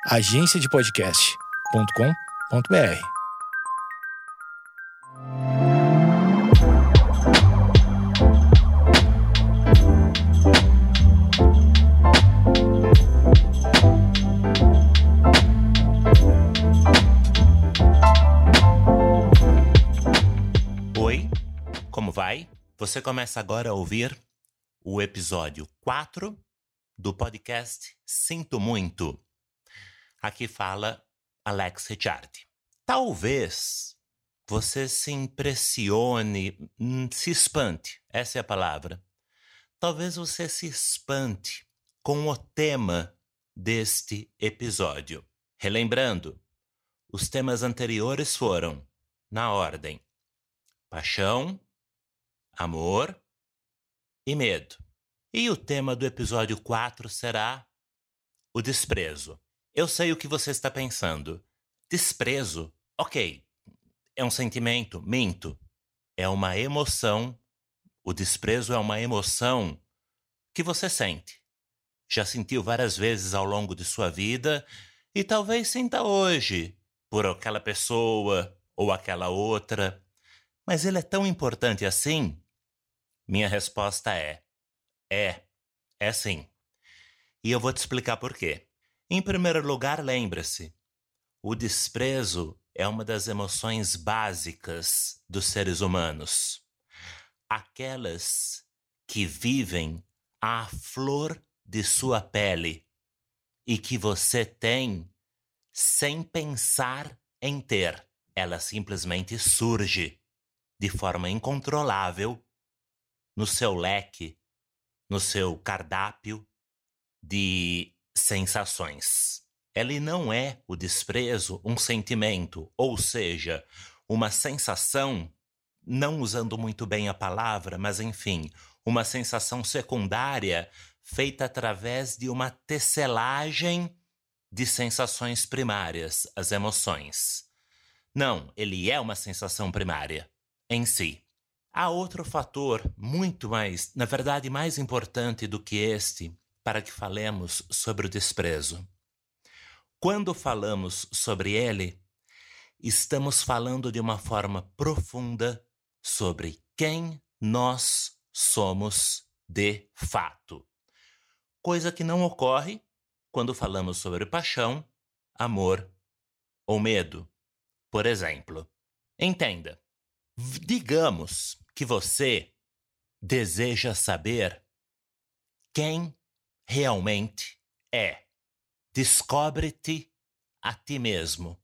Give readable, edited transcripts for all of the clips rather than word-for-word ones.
agenciadepodcast.com.br. Oi, como vai? Você começa agora a ouvir o episódio 4 do podcast Sinto Muito. Aqui fala Alex Ricciardi. Talvez você se impressione, se espante, essa é a palavra. Talvez você se espante com o tema deste episódio. Relembrando, os temas anteriores foram, na ordem, paixão, amor e medo. E o tema do episódio 4 será o desprezo. Eu sei o que você está pensando. Desprezo? Ok, é um sentimento, minto. É uma emoção. O desprezo é uma emoção que você sente. Já sentiu várias vezes ao longo de sua vida e talvez sinta hoje por aquela pessoa ou aquela outra. Mas ele é tão importante assim? Minha resposta é sim. E eu vou te explicar por quê. Em primeiro lugar, lembre-se, o desprezo é uma das emoções básicas dos seres humanos. Aquelas que vivem à flor de sua pele e que você tem sem pensar em ter. Ela simplesmente surge de forma incontrolável no seu leque, no seu cardápio de sensações. Ele não é o desprezo um sentimento, ou seja, uma sensação, não usando muito bem a palavra, mas enfim, uma sensação secundária feita através de uma tecelagem de sensações primárias, as emoções. Não, ele é uma sensação primária em si. Há outro fator muito mais, na verdade, mais importante do que este, para que falemos sobre o desprezo. Quando falamos sobre ele, estamos falando de uma forma profunda sobre quem nós somos de fato. Coisa que não ocorre quando falamos sobre paixão, amor ou medo. Por exemplo, entenda, digamos que você deseja saber quem realmente é. Descobre-te a ti mesmo.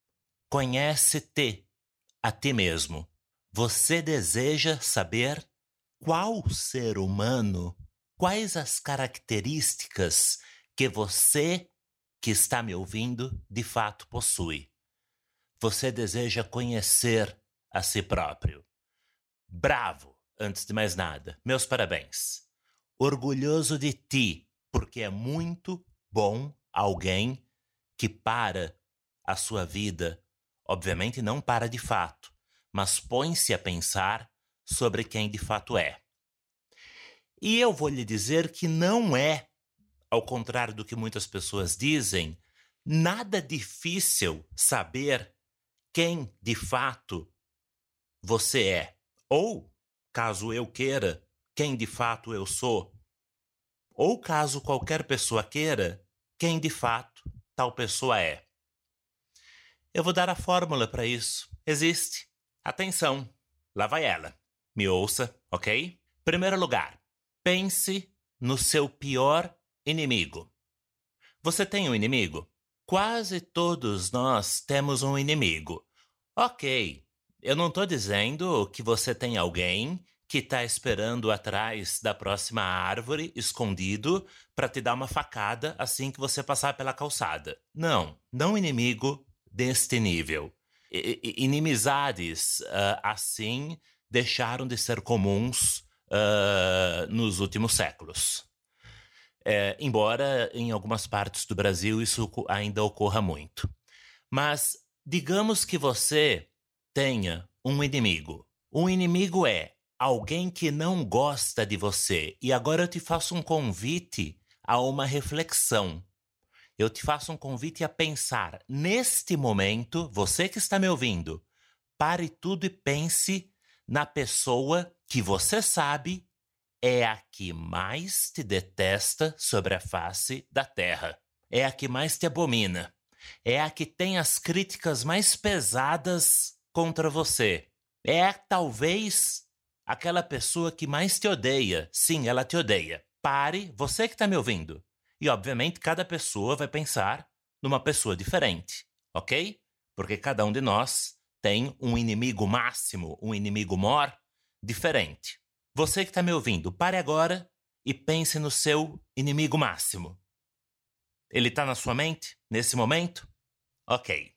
Conhece-te a ti mesmo. Você deseja saber qual ser humano, quais as características que você que está me ouvindo de fato possui. Você deseja conhecer a si próprio. Bravo, antes de mais nada. Meus parabéns. Orgulhoso de ti, porque é muito bom alguém que para a sua vida, obviamente não para de fato, mas põe-se a pensar sobre quem de fato é. E eu vou lhe dizer que não é, ao contrário do que muitas pessoas dizem, nada difícil saber quem de fato você é. Ou, caso eu queira, quem de fato eu sou. Ou caso qualquer pessoa queira, quem de fato tal pessoa é. Eu vou dar a fórmula para isso. Existe. Atenção, lá vai ela. Me ouça, ok? Primeiro lugar, pense no seu pior inimigo. Você tem um inimigo? Quase todos nós temos um inimigo. Ok, eu não estou dizendo que você tem alguém que está esperando atrás da próxima árvore, escondido, para te dar uma facada assim que você passar pela calçada. Não inimigo deste nível. Inimizades assim deixaram de ser comuns nos últimos séculos. Embora em algumas partes do Brasil isso ainda ocorra muito. Mas digamos que você tenha um inimigo. Um inimigo é alguém que não gosta de você. E agora eu te faço um convite a uma reflexão. eu te faço um convite a pensar neste momento, você que está me ouvindo, pare tudo e pense na pessoa que você sabe é a que mais te detesta sobre a face da terra. É a que mais te abomina. É a que tem as críticas mais pesadas contra você. É talvez aquela pessoa que mais te odeia. Sim, ela te odeia. Pare, você que está me ouvindo. E, obviamente, cada pessoa vai pensar numa pessoa diferente, ok? Porque cada um de nós tem um inimigo máximo, um inimigo mor diferente. Você que está me ouvindo, pare agora e pense no seu inimigo máximo. Ele está na sua mente, nesse momento? Ok.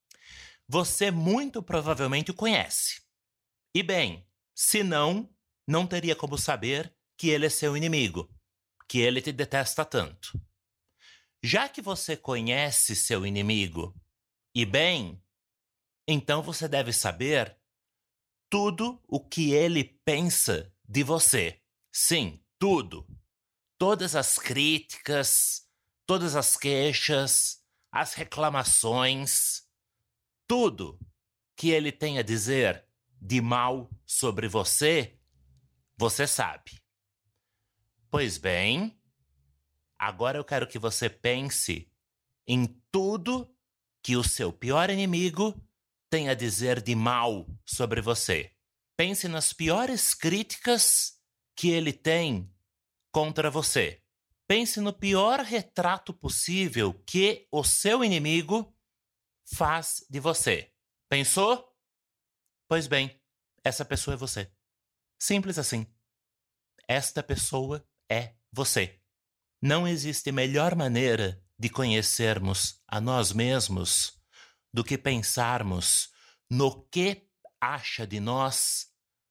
Você muito provavelmente o conhece. E bem, se não, não teria como saber que ele é seu inimigo, que ele te detesta tanto. Já que você conhece seu inimigo, e bem, então você deve saber tudo o que ele pensa de você. Sim, tudo. Todas as críticas, todas as queixas, as reclamações, tudo que ele tem a dizer de mal sobre você, você sabe. Pois bem, agora eu quero que você pense em tudo que o seu pior inimigo tem a dizer de mal sobre você. Pense nas piores críticas que ele tem contra você. Pense no pior retrato possível que o seu inimigo faz de você. Pensou? Pois bem, essa pessoa é você. Simples assim. Esta pessoa é você. Não existe melhor maneira de conhecermos a nós mesmos do que pensarmos no que acha de nós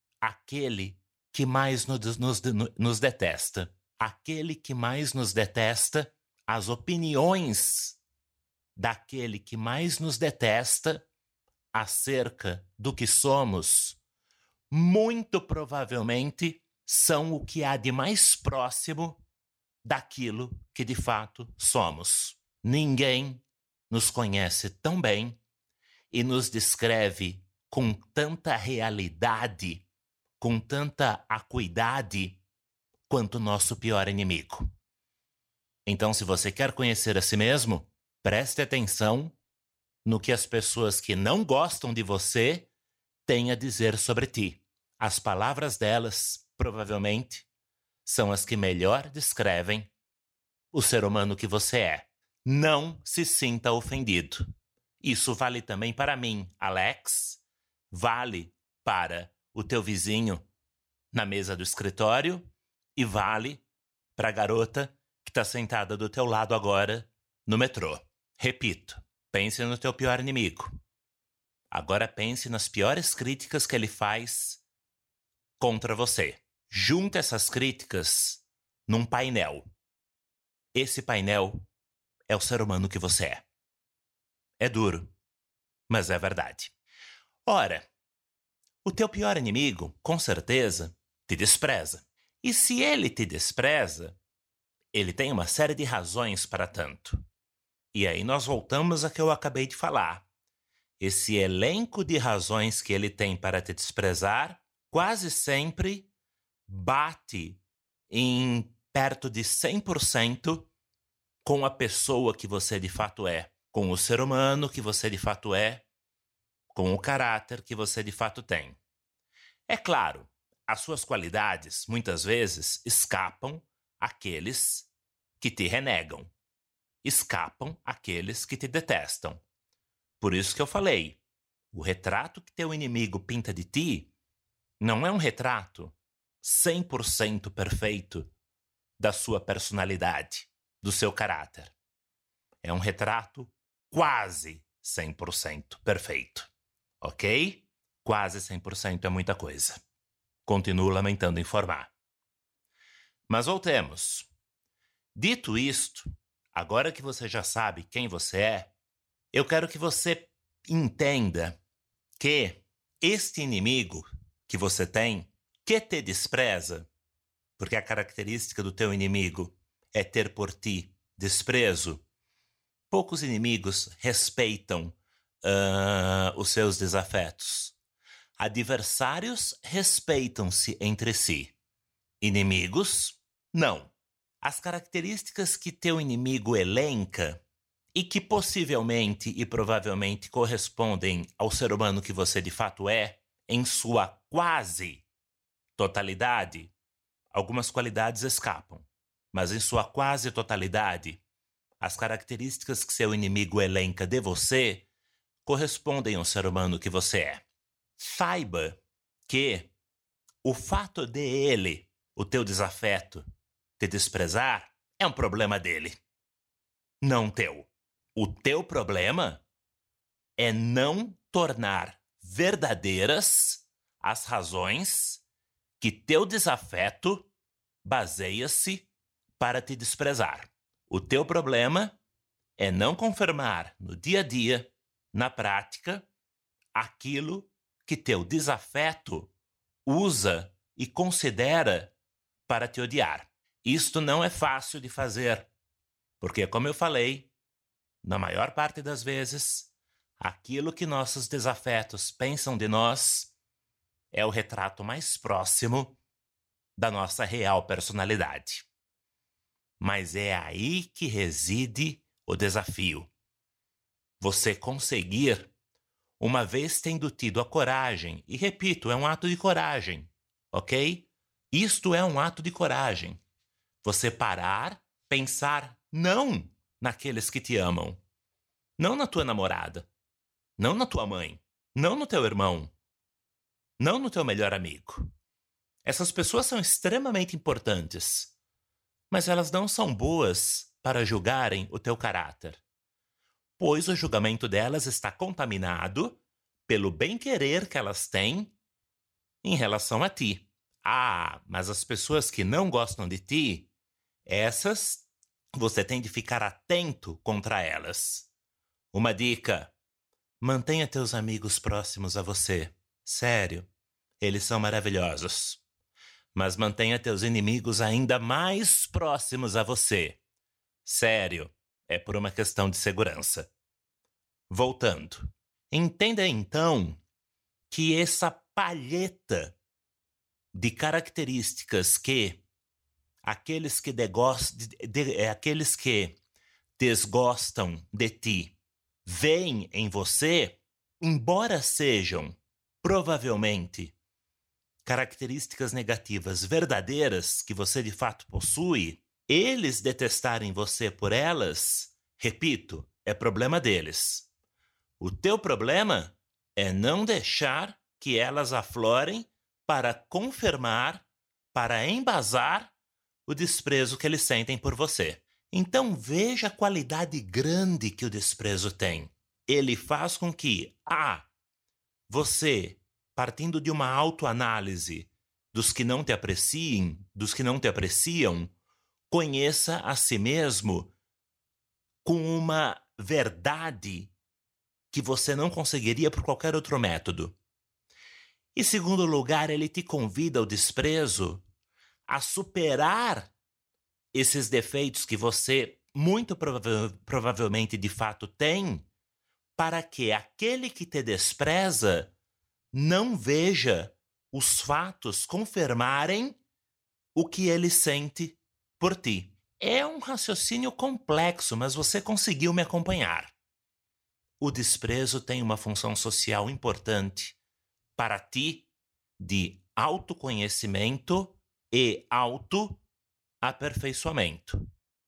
aquele que mais nos detesta. Aquele que mais nos detesta, as opiniões daquele que mais nos detesta acerca do que somos, muito provavelmente são o que há de mais próximo daquilo que de fato somos. Ninguém nos conhece tão bem e nos descreve com tanta realidade, com tanta acuidade, quanto o nosso pior inimigo. Então, se você quer conhecer a si mesmo, preste atenção no que as pessoas que não gostam de você têm a dizer sobre ti. As palavras delas, provavelmente, são as que melhor descrevem o ser humano que você é. Não se sinta ofendido. Isso vale também para mim, Alex. Vale para o teu vizinho na mesa do escritório e vale para a garota que está sentada do teu lado agora no metrô. Repito, pense no teu pior inimigo. Agora pense nas piores críticas que ele faz contra você. Junte essas críticas num painel. Esse painel é o ser humano que você é. É duro, mas é verdade. Ora, o teu pior inimigo, com certeza, te despreza. E se ele te despreza, ele tem uma série de razões para tanto. E aí nós voltamos a que eu acabei de falar. Esse elenco de razões que ele tem para te desprezar quase sempre bate em perto de 100% com a pessoa que você de fato é, com o ser humano que você de fato é, com o caráter que você de fato tem. É claro, as suas qualidades muitas vezes escapam àqueles que te renegam, escapam àqueles que te detestam. Por isso que eu falei, o retrato que teu inimigo pinta de ti não é um retrato 100% perfeito da sua personalidade, do seu caráter. É um retrato quase 100% perfeito, ok? Quase 100% é muita coisa. Continuo lamentando informar. Mas voltemos. Dito isto, agora que você já sabe quem você é, eu quero que você entenda que este inimigo que você tem, que te despreza, porque a característica do teu inimigo é ter por ti desprezo, poucos inimigos respeitam os seus desafetos. Adversários respeitam-se entre si. Inimigos, não. As características que teu inimigo elenca e que possivelmente e provavelmente correspondem ao ser humano que você de fato é, em sua quase totalidade, algumas qualidades escapam, mas em sua quase totalidade, as características que seu inimigo elenca de você correspondem ao ser humano que você é. Saiba que o fato de ele, o teu desafeto, te desprezar é um problema dele, não teu. O teu problema é não tornar verdadeiras as razões que teu desafeto baseia-se para te desprezar. O teu problema é não confirmar no dia a dia, na prática, aquilo que teu desafeto usa e considera para te odiar. Isto não é fácil de fazer, porque, como eu falei, na maior parte das vezes, aquilo que nossos desafetos pensam de nós é o retrato mais próximo da nossa real personalidade. Mas é aí que reside o desafio. Você conseguir, uma vez tendo tido a coragem, e repito, é um ato de coragem, ok? Isto é um ato de coragem. Você parar, pensar não naqueles que te amam, não na tua namorada, não na tua mãe, não no teu irmão, não no teu melhor amigo. Essas pessoas são extremamente importantes, mas elas não são boas para julgarem o teu caráter, pois o julgamento delas está contaminado pelo bem-querer que elas têm em relação a ti. Ah, mas as pessoas que não gostam de ti, essas você tem de ficar atento contra elas. Uma dica: mantenha teus amigos próximos a você. Sério, eles são maravilhosos. Mas mantenha teus inimigos ainda mais próximos a você. Sério, é por uma questão de segurança. Voltando. Entenda então que essa palheta de características que aqueles que desgostam de ti veem em você, embora sejam, provavelmente, características negativas verdadeiras que você de fato possui, eles detestarem você por elas, repito, é problema deles. O teu problema é não deixar que elas aflorem para confirmar, para embasar o desprezo que eles sentem por você. Então veja a qualidade grande que o desprezo tem. Ele faz com que, você, partindo de uma autoanálise dos que não te apreciam, conheça a si mesmo com uma verdade que você não conseguiria por qualquer outro método. Em segundo lugar, ele te convida ao desprezo a superar esses defeitos que você muito provavelmente de fato tem, para que aquele que te despreza não veja os fatos confirmarem o que ele sente por ti. É um raciocínio complexo, mas você conseguiu me acompanhar. O desprezo tem uma função social importante para ti de autoconhecimento e autoaperfeiçoamento.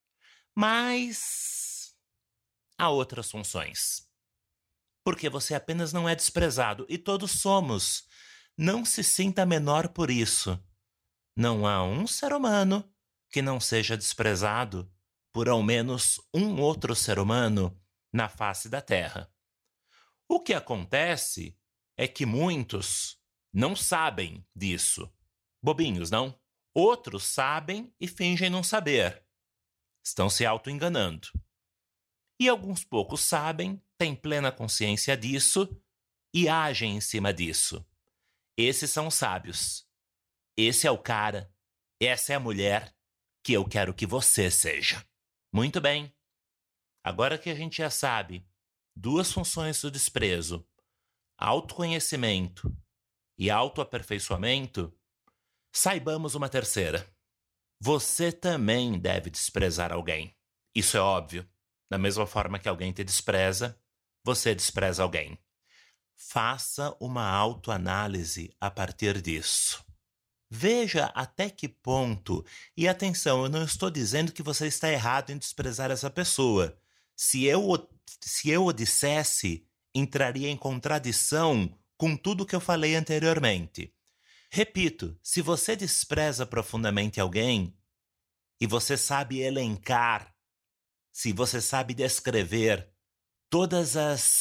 Mas há outras funções. Porque você apenas não é desprezado, e todos somos. Não se sinta menor por isso. Não há um ser humano que não seja desprezado por ao menos um outro ser humano na face da Terra. O que acontece é que muitos não sabem disso. Bobinhos, não? Outros sabem e fingem não saber. Estão se auto-enganando. E alguns poucos sabem, têm plena consciência disso e agem em cima disso. Esses são os sábios. Esse é o cara, essa é a mulher que eu quero que você seja. Muito bem. Agora que a gente já sabe duas funções do desprezo, autoconhecimento e autoaperfeiçoamento, saibamos uma terceira. Você também deve desprezar alguém. Isso é óbvio. Da mesma forma que alguém te despreza, você despreza alguém. Faça uma autoanálise a partir disso. Veja até que ponto, e atenção, eu não estou dizendo que você está errado em desprezar essa pessoa. Se eu o dissesse, entraria em contradição com tudo que eu falei anteriormente. Repito, se você despreza profundamente alguém e você sabe elencar, se você sabe descrever todas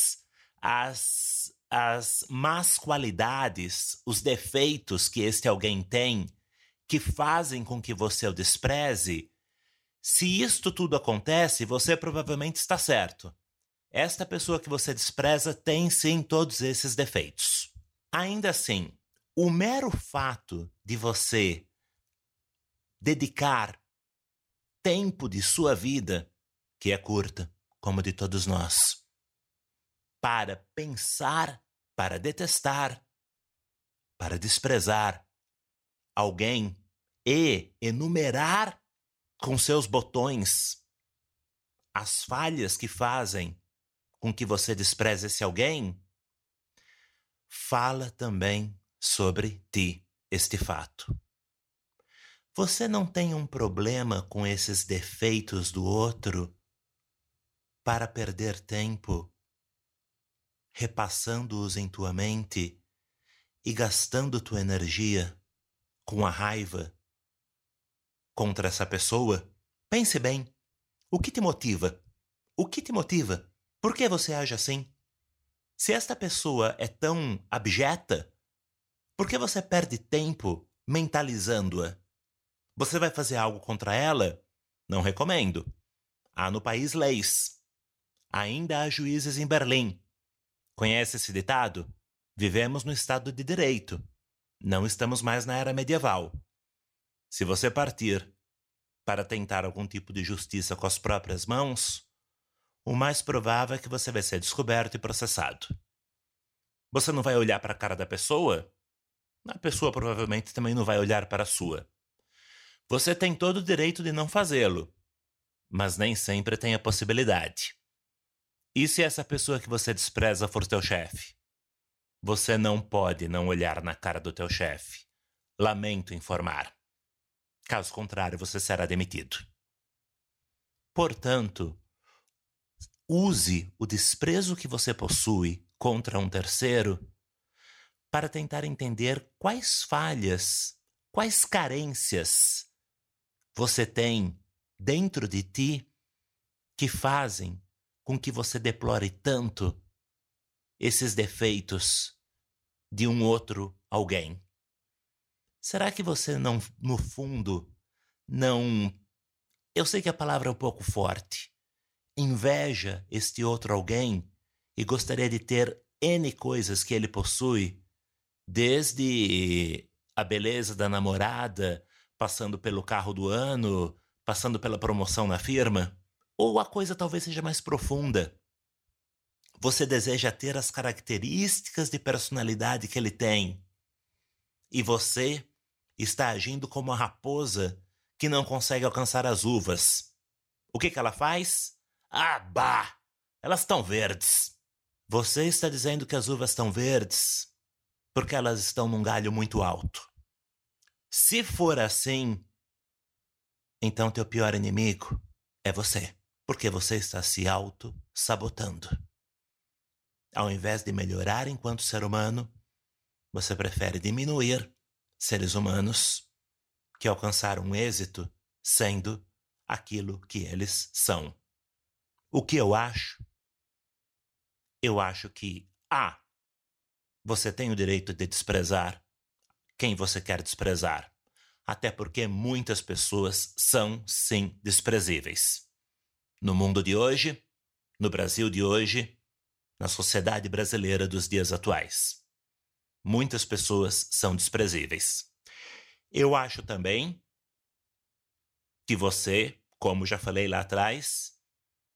as más qualidades, os defeitos que este alguém tem, que fazem com que você o despreze, se isto tudo acontece, você provavelmente está certo. Esta pessoa que você despreza tem sim todos esses defeitos. Ainda assim, o mero fato de você dedicar tempo de sua vida, que é curta, como de todos nós, para pensar, para detestar, para desprezar alguém e enumerar com seus botões as falhas que fazem com que você despreze esse alguém, fala também sobre ti este fato. Você não tem um problema com esses defeitos do outro para perder tempo repassando-os em tua mente e gastando tua energia com a raiva contra essa pessoa? Pense bem. O que te motiva? O que te motiva? Por que você age assim? Se esta pessoa é tão abjeta, por que você perde tempo mentalizando-a? Você vai fazer algo contra ela? Não recomendo. Há no país leis. Ainda há juízes em Berlim. Conhece esse ditado? Vivemos no Estado de Direito. Não estamos mais na era medieval. Se você partir para tentar algum tipo de justiça com as próprias mãos, o mais provável é que você vai ser descoberto e processado. Você não vai olhar para a cara da pessoa? A pessoa provavelmente também não vai olhar para a sua. Você tem todo o direito de não fazê-lo, mas nem sempre tem a possibilidade. E se essa pessoa que você despreza for teu chefe? Você não pode não olhar na cara do teu chefe. Lamento informar. Caso contrário, você será demitido. Portanto, use o desprezo que você possui contra um terceiro para tentar entender quais falhas, quais carências você tem dentro de ti que fazem com que você deplore tanto esses defeitos de um outro alguém. Será que você não, no fundo, não... Eu sei que a palavra é um pouco forte. Inveja este outro alguém e gostaria de ter N coisas que ele possui, desde a beleza da namorada, passando pelo carro do ano, passando pela promoção na firma? Ou a coisa talvez seja mais profunda. Você deseja ter as características de personalidade que ele tem. E você está agindo como a raposa que não consegue alcançar as uvas. O que ela faz? Ah, bah! Elas estão verdes. Você está dizendo que as uvas estão verdes porque elas estão num galho muito alto. Se for assim, então teu pior inimigo é você. Porque você está se auto-sabotando. Ao invés de melhorar enquanto ser humano, você prefere diminuir seres humanos que alcançaram êxito sendo aquilo que eles são. O que eu acho? Eu acho que você tem o direito de desprezar quem você quer desprezar. Até porque muitas pessoas são, sim, desprezíveis. No mundo de hoje, no Brasil de hoje, na sociedade brasileira dos dias atuais. Muitas pessoas são desprezíveis. Eu acho também que você, como já falei lá atrás,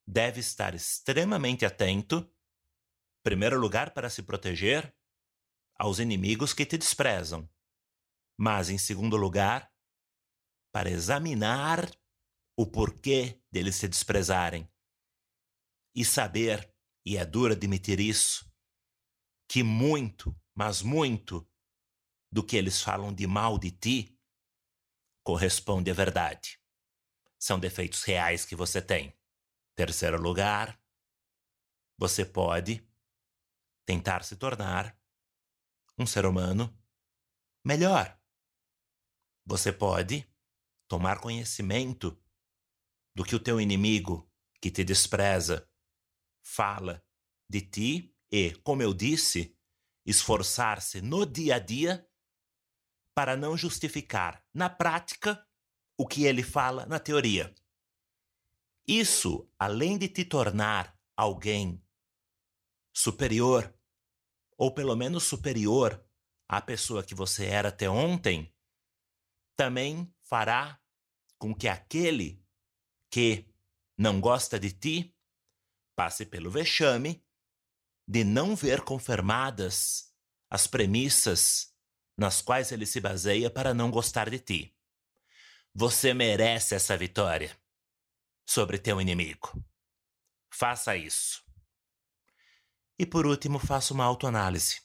deve estar extremamente atento, em primeiro lugar, para se proteger aos inimigos que te desprezam, mas, em segundo lugar, para examinar o porquê deles te desprezarem e saber, e é duro admitir isso, que muito, mas muito, do que eles falam de mal de ti corresponde à verdade. São defeitos reais que você tem. Terceiro lugar, você pode tentar se tornar um ser humano melhor. Você pode tomar conhecimento do que o teu inimigo que te despreza fala de ti e, como eu disse, esforçar-se no dia a dia para não justificar na prática o que ele fala na teoria. Isso, além de te tornar alguém superior, ou pelo menos superior à pessoa que você era até ontem, também fará com que aquele que não gosta de ti passe pelo vexame de não ver confirmadas as premissas nas quais ele se baseia para não gostar de ti. Você merece essa vitória sobre teu inimigo. Faça isso. E por último, faça uma autoanálise.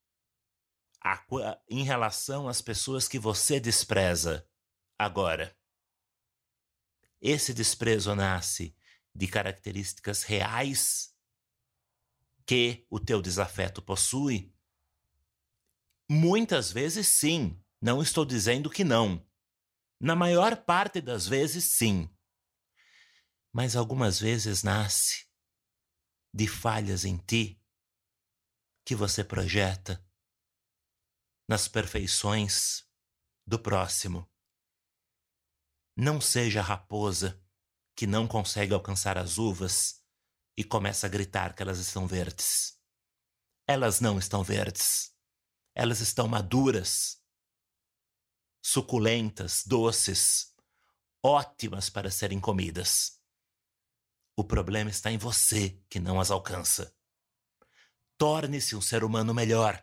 Em relação às pessoas que você despreza agora. Esse desprezo nasce de características reais que o teu desafeto possui? Muitas vezes sim, não estou dizendo que não. Na maior parte das vezes sim. Mas algumas vezes nasce de falhas em ti que você projeta nas perfeições do próximo. Não seja a raposa que não consegue alcançar as uvas e começa a gritar que elas estão verdes. Elas não estão verdes. Elas estão maduras, suculentas, doces, ótimas para serem comidas. O problema está em você que não as alcança. Torne-se um ser humano melhor.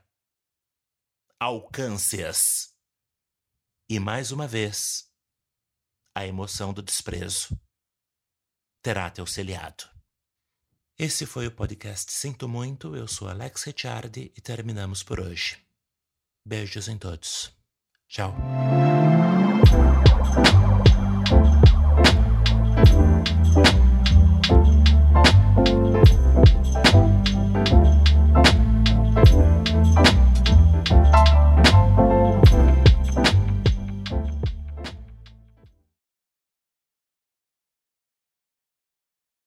Alcance-as. E mais uma vez, a emoção do desprezo terá te auxiliado. Esse foi o podcast Sinto Muito. Eu sou Alex Ricciardi e terminamos por hoje. Beijos em todos. Tchau.